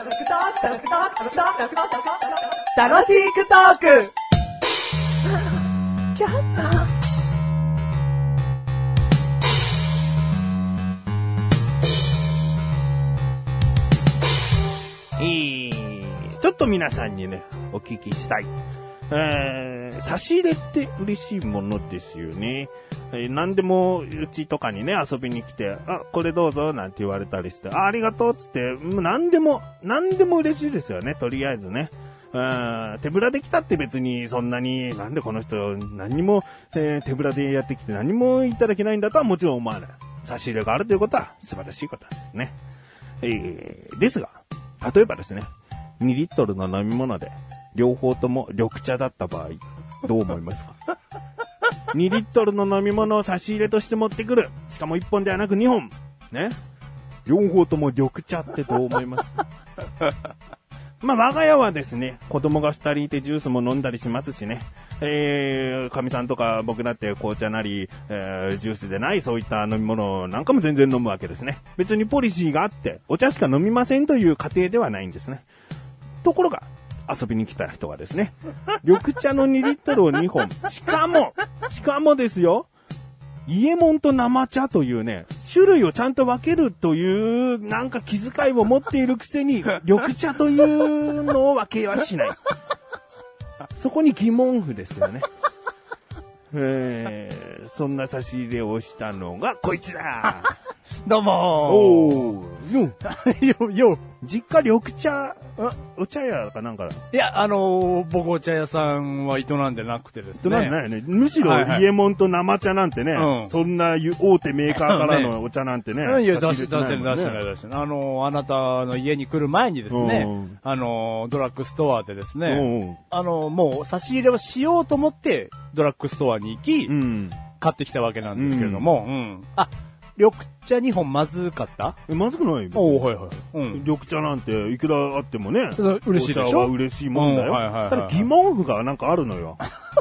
楽しくトークちょっと皆さんにね、お聞きしたい。差し入れって嬉しいものですよね。何でもうちとかにね、遊びに来て、あ、これどうぞなんて言われたりして、ありがとうっつって、何でも嬉しいですよね、とりあえずね。手ぶらで来たって別にそんなに、なんでこの人何にも、手ぶらでやってきて何もいただけないんだとはもちろん思わない。差し入れがあるということは素晴らしいことですね。ですが、例えばですね、2リットルの飲み物で両方とも緑茶だった場合、どう思いますか2リットルの飲み物を差し入れとして持ってくる。しかも1本ではなく2本。ね。両方とも緑茶ってどう思いますまあ、我が家はですね、子供が2人いてジュースも飲んだりしますしね。かみさんとか僕だって紅茶なり、ジュースでないそういった飲み物なんかも全然飲むわけですね。別にポリシーがあって、お茶しか飲みませんという家庭ではないんですね。ところが、遊びに来た人がですね、緑茶の2リットルを2本、しかもですよ、伊右衛門と生茶というね、種類をちゃんと分けるという、なんか気遣いを持っているくせに、緑茶というのを分けはしない。そこに疑問符ですよね。そんな差し入れをしたのがこいつだ。 どうもー。よ、実家緑茶、お茶屋かなんかだ。 いや、僕お茶屋さんは営んでなくてですね。 営んでないよね。むしろ、伊右衛門と生茶なんてね、そんな大手メーカーからのお茶なんてね。 いや、出してない。あなたの家に来る前にですね、ドラッグストアでですね、もう差し入れをしようと思って、ドラッグストアに行き、買ってきたわけなんですけれども、緑茶2本まずかった？ まずくないよ。 はいはい。 緑茶なんていくらあってもね。 嬉しいでしょ？ お茶は嬉しいもんだよ。ただ疑問符がなんかあるのよ。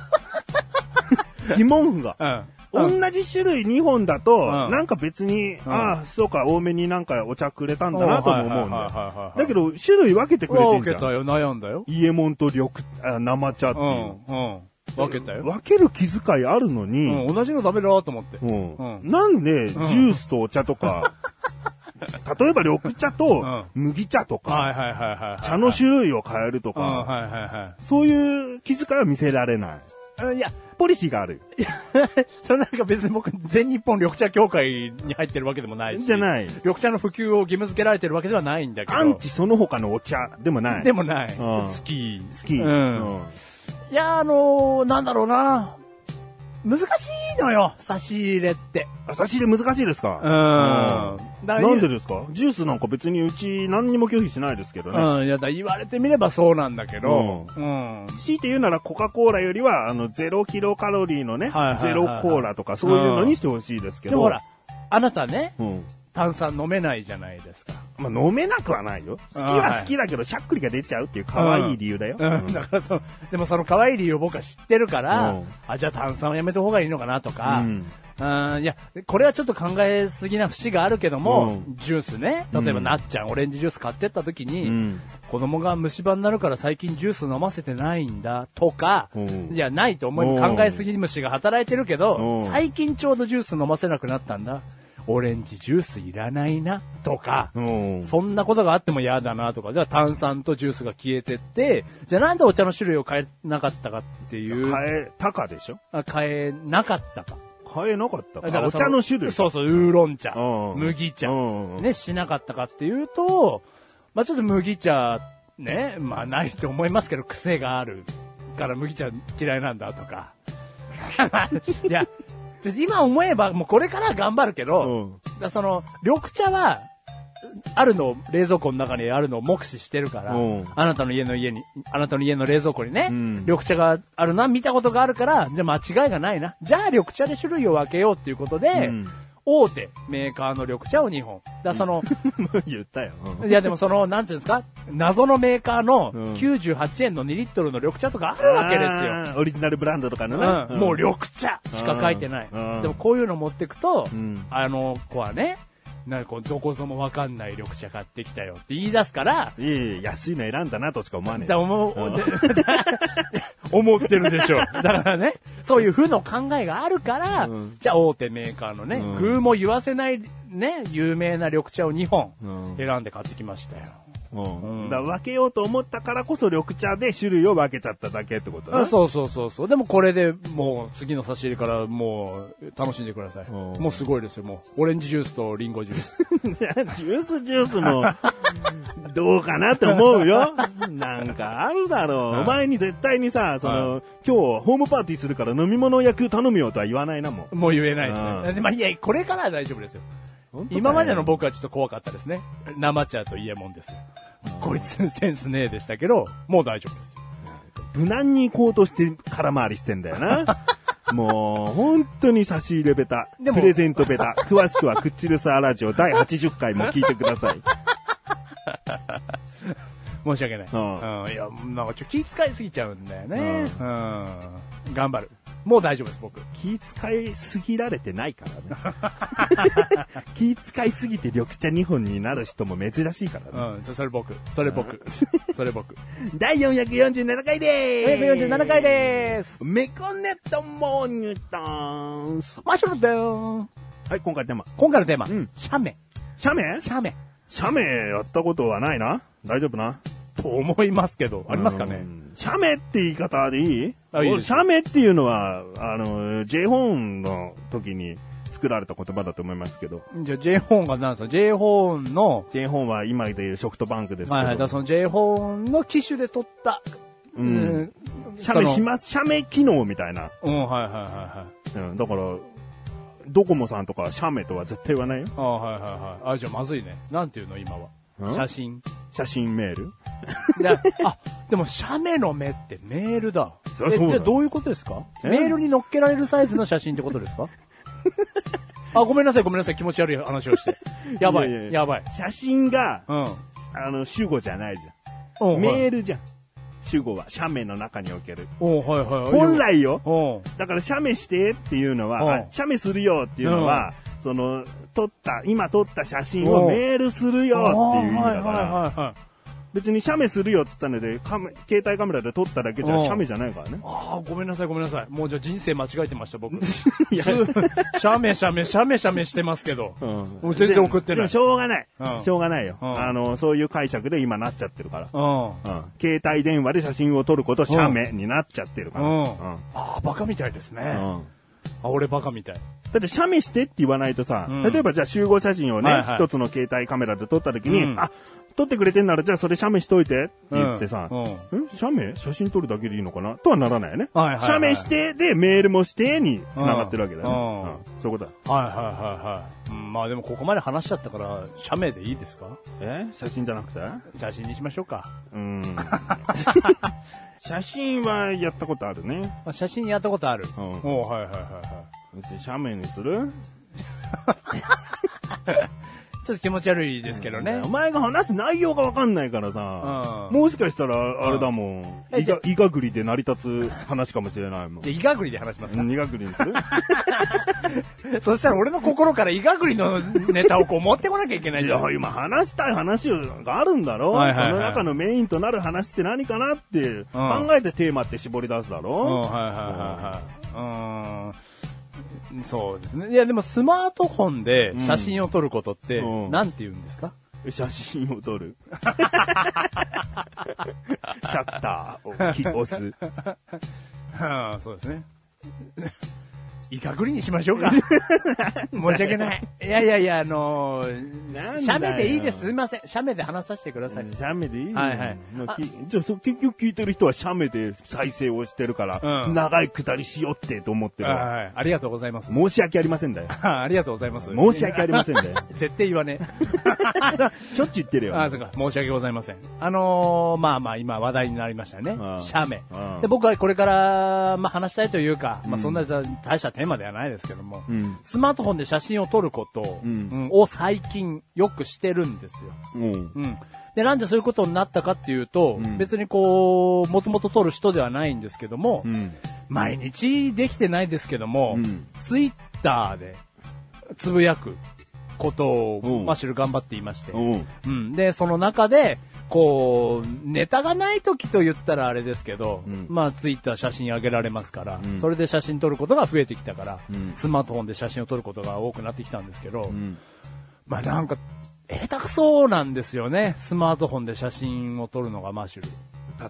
疑問符が。同じ種類2本だと、なんか別に、そうか、多めになんかお茶くれたんだなとも思うんだよ。だけど、種類分けてくれてんじゃん。 分けたよ、悩んだよ。 伊右衛門と生茶っていう。 分けたよ。 分ける気遣いあるのに、 同じのダメだと思って。 なんで、ジュースとお茶とか、例えば緑茶と麦茶とか、茶の種類を変えるとか、そういう気遣いは見せられない。いや、ポリシーがある。 それなんか別に僕、全日本緑茶協会に入ってるわけでもないし。 じゃない。 緑茶の普及を義務付けられてるわけではないんだけど。 アンチその他のお茶でもない。 でもない。好き。いや、なんだろうな。難しいのよ、差し入れって。 差し入れ難しいですか？なんでですか？ジュースなんか別にうち何にも拒否しないですけどね。 いやだ言われてみればそうなんだけど。 強いて言うならコカ・コーラよりは、0キロカロリーのね、ゼロコーラとかそういうのにしてほしいですけど。 でもほら、あなたね、炭酸飲めないじゃないですか。 まあ、飲めなくはないよ。好きは好きだけど、しゃっくりが出ちゃうっていう可愛い理由だよ。 だからでもその可愛い理由を僕は知ってるから、じゃあ炭酸をやめた方がいいのかなとか、いや、これはちょっと考えすぎな節があるけども、ジュースね、例えばなっちゃん、オレンジジュース買ってった時に、子供が虫歯になるから最近ジュース飲ませてないんだとか、いや、ないと思い、考えすぎ虫が働いてるけど、最近ちょうどジュース飲ませなくなったんだ。オレンジジュースいらないなとか、そんなことがあっても嫌だなとか、じゃあ炭酸とジュースが消えてって、じゃあなんでお茶の種類を変えなかったかっていう。 変えたかでしょ？ 変えなかったか。 変えなかったか。お茶の種類。 そうそう、ウーロン茶、麦茶、ね、しなかったかっていうと、まあちょっと麦茶、ね、まあないと思いますけど、癖があるから麦茶嫌いなんだとか。いや、今思えばもうこれから頑張るけど、その緑茶はあるの冷蔵庫の中にあるのを目視してるから、あなたの家の冷蔵庫にね、緑茶があるな見たことがあるから、じゃあ間違いがないな。じゃあ緑茶で種類を分けようっていうことで、大手メーカーの緑茶を2本。だその言ったよ。 いやでもそのなんていうんですか、謎のメーカーの98円の2リットルの緑茶とかあるわけですよ。 オリジナルブランドとかのね。 もう緑茶しか書いてない。でもこういうの持ってくと、あの子はね、 なんかこう、どこぞもわかんない緑茶買ってきたよって言い出すから、 安いの選んだなとしか思わねえ。 思ってるでしょ。だからね、そういう負の考えがあるから、じゃあ大手メーカーのね、具も言わせないね、有名な緑茶を2本選んで買ってきましたよ。 だ分けようと思ったからこそ緑茶で種類を分けちゃっただけってことだね。 そう。でもこれでもう次の差し入れからもう楽しんでください。もうすごいですよ。もうオレンジジュースとリンゴジュース。 ジュースもどうかなって思うよ。なんかあるだろう。お前に絶対にさ、今日ホームパーティーするから飲み物役頼むよとは言わないなもん。 もう言えないですね。まあいや、これからは大丈夫ですよ。今までの僕はちょっと怖かったですね。生茶とイエモンですよ。こいつセンスねえでしたけど、もう大丈夫ですよ。 無難に行こうとして空回りしてんだよな。もう、本当に差し入れベタ。プレゼントベタ。詳しくはクッチルサーラジオ第80回も聞いてください。 申し訳ない。いや、なんか気遣いすぎちゃうんだよね。頑張る。もう大丈夫です、僕。 気遣いすぎられてないからね。気遣いすぎて緑茶2本になる人も珍しいからね。 それ僕。 第447回でーす。 447回でーす。 メコネットモーニュタンス。 マッシュルでーん。 はい、今回のテーマ。 写メ。 写メやったことはないな。大丈夫な。 と思いますけど、ありますかね。 写メって言い方でいい？写メっていうのは、J ホーンの時に作られた言葉だと思いますけど。 じゃあ J ホーンが何ですか？ J ホーンの J ホーンは今でいうソフトバンクですけど。 はい、だその J ホーンの機種で撮った、 写メ機能みたいな。 はい。 だから、ドコモさんとかは写メとは絶対言わないよ。 じゃあまずいね。なんていうの今は。写真メールでも、写メの目ってメールだ。 じゃあどういうことですか？メールに乗っけられるサイズの写真ってことですか？ごめんなさい、気持ち悪い話をして。やばい。 写真が、主語じゃないじゃん。メールじゃん。主語は、写メの中における。本来よ。だから、写メしてっていうのは、写メするよっていうのは、今撮った写真をメールするよっていう意味だから、別に写メするよって言ったので、携帯カメラで撮っただけじゃ写メじゃないからね。 ごめんなさい。もうじゃあ人生間違えてました、僕。写メしてますけど。もう全然送ってない。でもしょうがないよ。そういう解釈で今なっちゃってるから。携帯電話で写真を撮ること写メになっちゃってるから。 バカみたいですね。俺バカみたい。 だって写メしてって言わないとさ、例えばじゃあ集合写真をね、一つの携帯カメラで撮った時に、撮ってくれてんならじゃあそれ写メしといてって言ってさ、写真撮るだけでいいのかなとはならないよね。写メしてでメールもしてに繋がってるわけだよね。そういうことだ。 まあでもここまで話しちゃったから写メでいいですか？ 写真じゃなくて？ 写真にしましょうか。 写真はやったことあるね。 写真やったことある。 別に写メにする？ ちょっと気持ち悪いですけどね。 お前が話す内容がわかんないからさ、もしかしたらあれだもん、イガグリで成り立つ話かもしれないもん。 イガグリで話しますか？ イガグリにする？ そしたら俺の心からイガグリのネタをこう持ってこなきゃいけないじゃん。 いや、今話したい話があるんだろ？その中のメインとなる話って何かなって考えてテーマって絞り出すだろ？ そうですね。いや、でもスマートフォンで写真を撮ることって、なんて言うんですか？ 写真を撮る。シャッターを押す。 そうですね。イカグリにしましょうか。申し訳ない。いや、写メでいいです。すみません。写メで話させてください。 写メでいい？ じゃあ結局聞いてる人は写メで再生をしてるから、長いくだりしよってと思ってる。 ありがとうございます。 申し訳ありませんだよ。 ありがとうございます。 申し訳ありませんだよ。 絶対言わねえ。しょっちゅう言ってるよ。 そうか。申し訳ございません。今話題になりましたね。写メ。で、僕はこれから、話したいというか、そんな大したテーマではないですけども、スマートフォンで写真を撮ることを最近よくしてるんですよ。で、なんでそういうことになったかっていうと、別にもともと撮る人ではないんですけども、毎日できてないですけども、ツイッターでつぶやくことを、マッシュル頑張っていまして。で、その中で、こう、ネタがない時と言ったらあれですけど、まあ、ツイッター写真上げられますから、それで写真撮ることが増えてきたから、スマートフォンで写真を撮ることが多くなってきたんですけど、まあなんか、下手くそなんですよね。スマートフォンで写真を撮るのがマッシュル。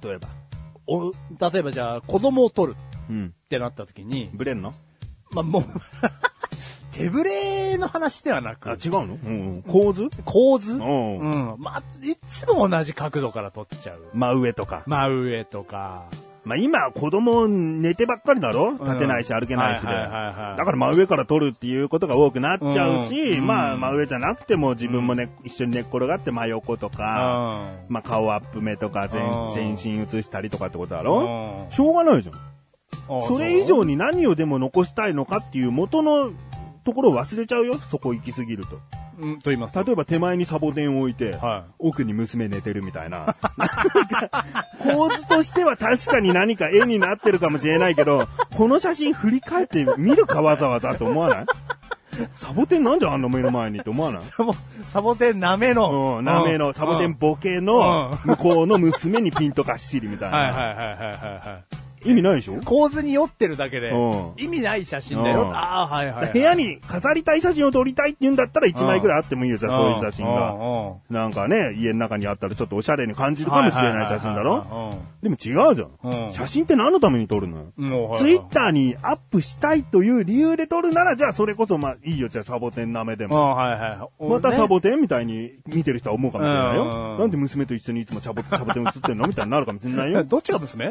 例えばじゃあ、子供を撮るってなった時に。 ブレんの？ まあもう、手ぶれの話ではなく。 あ、違うの？構図？ まあ、いつも同じ角度から撮っちゃう。 真上とか。 まあ今、子供寝てばっかりだろ？立てないし歩けないしで。だから真上から撮るっていうことが多くなっちゃうし、まあ真上じゃなくても自分もね、一緒に寝っ転がって真横とか、まあ顔アップ目とか全身映したりとかってことだろ？しょうがないじゃん。それ以上に何をでも残したいのかっていう元のところを忘れちゃうよ、そこ行き過ぎると。 と言いますと。 例えば手前にサボテンを置いて、奥に娘寝てるみたいな。構図としては確かに何か絵になってるかもしれないけど、この写真振り返って見るかわざわざと思わない？サボテンなんであんの目の前にって思わない？ サボテンなめの。 サボテンボケの向こうの娘にピントがっしりみたいな。意味ないでしょ？ 構図に酔ってるだけで、意味ない写真だよ。 部屋に飾りたい写真を撮りたいって言うんだったら1枚くらいあってもいいよ、じゃあそういう写真が。なんかね、家の中にあったらちょっとおしゃれに感じるかもしれない写真だろ？でも違うじゃん。写真って何のために撮るのよ？ツイッターにアップしたいという理由で撮るなら、じゃあそれこそまあいいよ、じゃあサボテンなめでも。またサボテンみたいに見てる人は思うかもしれないよ。なんで娘と一緒にいつもサボテン写ってんのみたいになるかもしれないよ。 どっちが娘？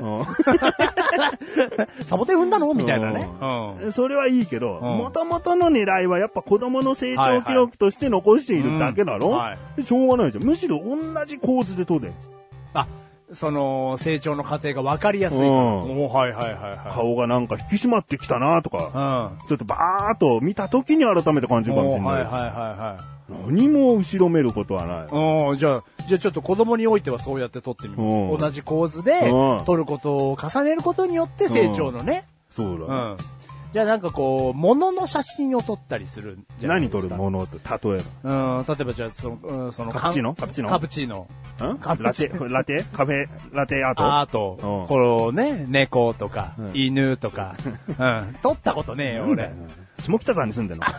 サボテン踏んだのみたいなね。 それはいいけど、元々の狙いはやっぱ子供の成長記録として残しているだけだろ？しょうがないじゃん。むしろ同じ構図で撮れ。 その、成長の過程が分かりやすい。 顔がなんか引き締まってきたなとか、ちょっとバーっと見た時に改めて感じるかもしれない。何も後ろめることはない。 じゃあちょっと子供においてはそうやって撮ってみます。同じ構図で撮ることを重ねることによって成長のね。 そうだ。 じゃあなんかこう、物の写真を撮ったりするんじゃないですか。 何撮るものって例えば。例えばじゃあそのカプチーノカプチーノ。 ラテカフェラテアート。 このね、猫とか、犬とか。撮ったことねえよ、俺。 下北沢に住んでんの？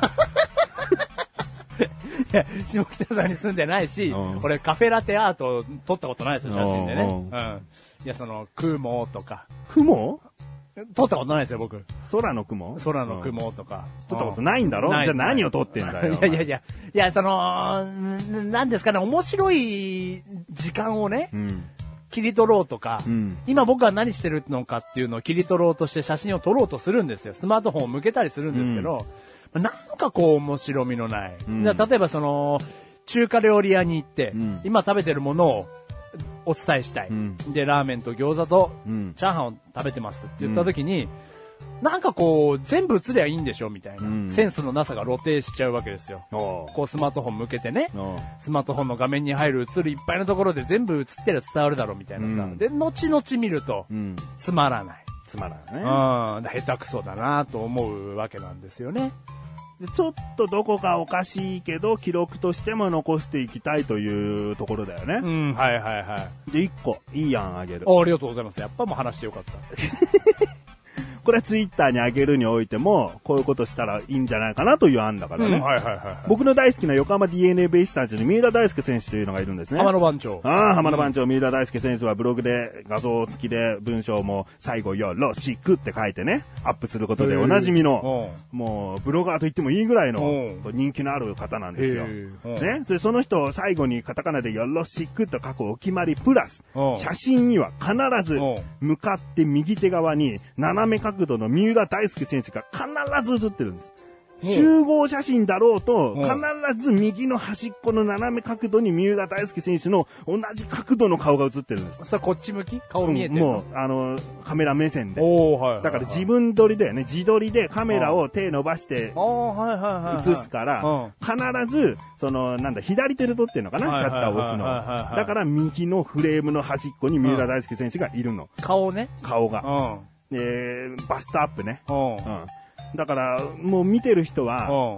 いや、下北沢に住んでないし、俺カフェラテアート撮ったことないですよ、写真でね。いや、雲とか。 雲？ 撮ったことないですよ、僕。 空の雲とか。 撮ったことないんだろ？じゃあ何を撮ってんだよ。 いや、なんですかね、面白い時間をね、切り取ろうとか、今僕が何してるのかっていうのを切り取ろうとして写真を撮ろうとするんですよ。スマートフォンを向けたりするんですけど、なんかこう面白みのない。じゃあ例えば中華料理屋に行って、今食べてるものをお伝えしたい。で、ラーメンと餃子とチャーハンを食べてますって言った時に、なんかこう、全部映りゃいいんでしょみたいな、センスのなさが露呈しちゃうわけですよ。こうスマートフォン向けてね、スマートフォンの画面に入る映るいっぱいのところで全部映ってりゃ伝わるだろうみたいなさ。で、後々見ると、つまらない。下手くそだなと思うわけなんですよね。 でちょっとどこかおかしいけど、記録としても残していきたいというところだよね。じゃあ1個、いい案あげる。 ありがとうございます。やっぱもう話してよかった。 これはツイッターに上げるにおいても、こういうことしたらいいんじゃないかなという案だからね。僕の大好きな横浜 DNA ベイスターズに三浦大輔選手というのがいるんですね。 浜野番長。 浜野番長、三浦大輔選手はブログで画像付きで文章も最後よろしくって書いてね、アップすることでおなじみの、もうブロガーと言ってもいいぐらいの人気のある方なんですよ。ね。で、その人最後にカタカナでよろしくと書くお決まりプラス、写真には必ず向かって右手側に斜め角度の三浦大輔選手が必ず写ってるんです。集合写真だろうと、必ず右の端っこの斜め角度に三浦大輔選手の同じ角度の顔が映ってるんです。 それこっち向き？顔見えてる？ もう、カメラ目線で。だから自分撮りだよね。自撮りでカメラを手伸ばして映すから、必ず、左手で撮ってるのかな？シャッターを押すの。だから右のフレームの端っこに三浦大輔選手がいるの。 顔ね。 顔が。バストアップね。だから、もう見てる人は、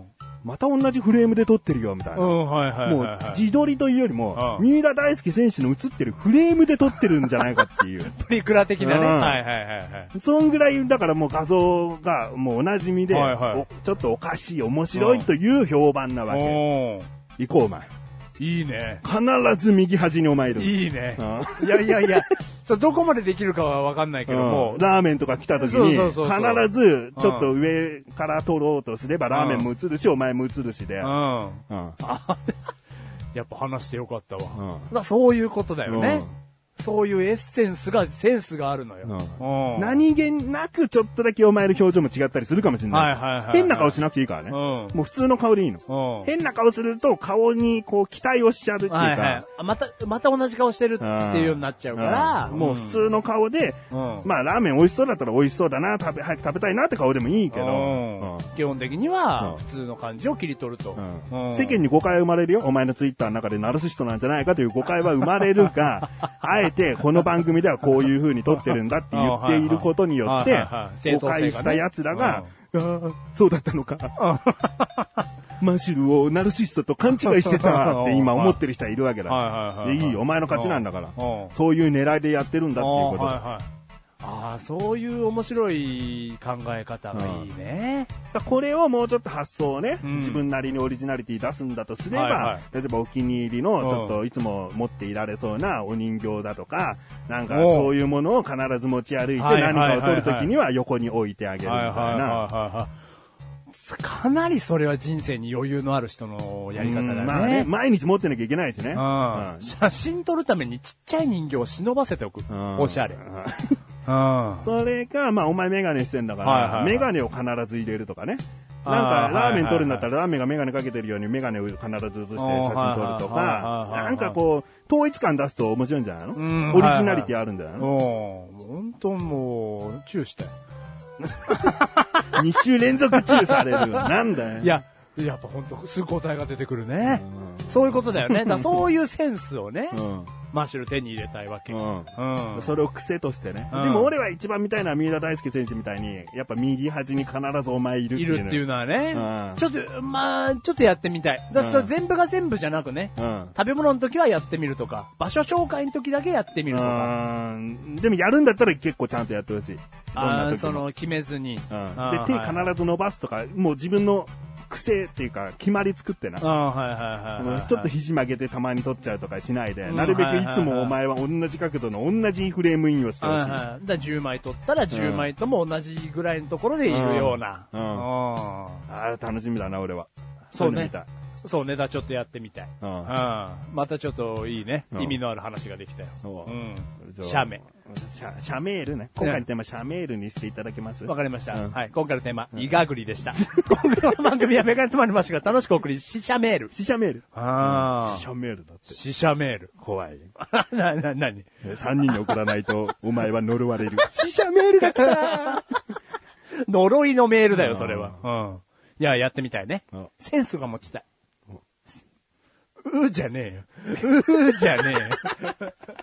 また同じフレームで撮ってるよ、みたいな。 はいはいはいはい、 もう、自撮りというよりも、三浦大輔選手の写ってるフレームで撮ってるんじゃないかっていう。 プリクラ的なね。はいはいはいはい。 そんぐらい、だからもう画像がもうお馴染みで、はいはい、ちょっとおかしい、面白いという評判なわけ。行こう、お前。いいね。 必ず右端にお前いる。 いいね。いやいやいや、どこまでできるかはわかんないけども、 ラーメンとか来た時に、必ずちょっと上から撮ろうとすれば、ラーメンも映るし、お前も映るしで。やっぱ話してよかったわ。そういうことだよね。そういうセンスがあるのよ。 何気なくちょっとだけお前の表情も違ったりするかもしれない。変な顔しなくていいからね。もう普通の顔でいいの。変な顔すると顔にこう期待をしちゃうっていうか。 また同じ顔してるっていうようになっちゃうから。 もう普通の顔で、まあラーメン美味しそうだったら美味しそうだな、早く食べたいなって顔でもいいけど。 基本的には普通の感じを切り取ると。 世間に誤解は生まれるよ。お前のツイッターの中でナルシストなんじゃないかという誤解は生まれるが、あえてこの番組ではこういう風に撮ってるんだって言っていることによって、誤解した奴らが、そうだったのか。マシュルをナルシストと勘違いしてたって今思ってる人はいるわけだ。いいよ、お前の勝ちなんだから。そういう狙いでやってるんだっていうことだ。 そういう面白い考え方がいいね。 これをもうちょっと発想をね、自分なりにオリジナリティ出すんだとすれば、例えばお気に入りのちょっといつも持っていられそうなお人形だとか、なんかそういうものを必ず持ち歩いて何かを撮るときには横に置いてあげるみたいな。 かなりそれは人生に余裕のある人のやり方だね。 まあね、毎日持ってなきゃいけないしね。 写真撮るためにちっちゃい人形を忍ばせておく。おしゃれ。 それか、まあお前メガネしてんだから、メガネを必ず入れるとかね。なんかラーメン撮るんだったらラーメンがメガネかけてるようにメガネを必ず写して写真撮るとか、なんかこう、統一感出すと面白いんじゃないの？オリジナリティあるんじゃないの？ 本当もう、チューしたい。 2週連続チューされる。なんだよ。 いや、やっぱ本当すぐ答えが出てくるね。そういうことだよね。そういうセンスをね、マッシュル手に入れたいわけ。 それを癖としてね。でも俺は一番見たいのは三浦大輔選手みたいに、やっぱ右端に必ずお前いるっていう。 いるっていうのはね。ちょっとやってみたい。全部が全部じゃなくね。食べ物の時はやってみるとか、場所紹介の時だけやってみるとか。 でもやるんだったら結構ちゃんとやってほしい。 決めずに。で、 手必ず伸ばすとか、もう自分の癖っていうか、決まり作ってな。ちょっと肘曲げてたまに撮っちゃうとかしないで、なるべくいつもお前は同じ角度の同じフレームインをしてほしい。 10枚撮ったら10枚とも同じぐらいのところでいるような。 楽しみだな、俺は。 そうね。そうね、ちょっとやってみたい。またちょっといいね。意味のある話ができたよ。写メ。 写メールね。今回のテーマ、写メールにしていただけます？ わかりました。はい。今回のテーマ、イガグリでした。今回の番組はメガネとまりましが楽しくお送り、死者メール。 死者メール。死者メールだって。 死者メール。 怖い。 何 ?3 人に送らないと、お前は呪われる。死者メールが来た呪いのメールだよ、それは。いや、やってみたいね。センスが持ちたい。じゃねえよ。じゃねえよ。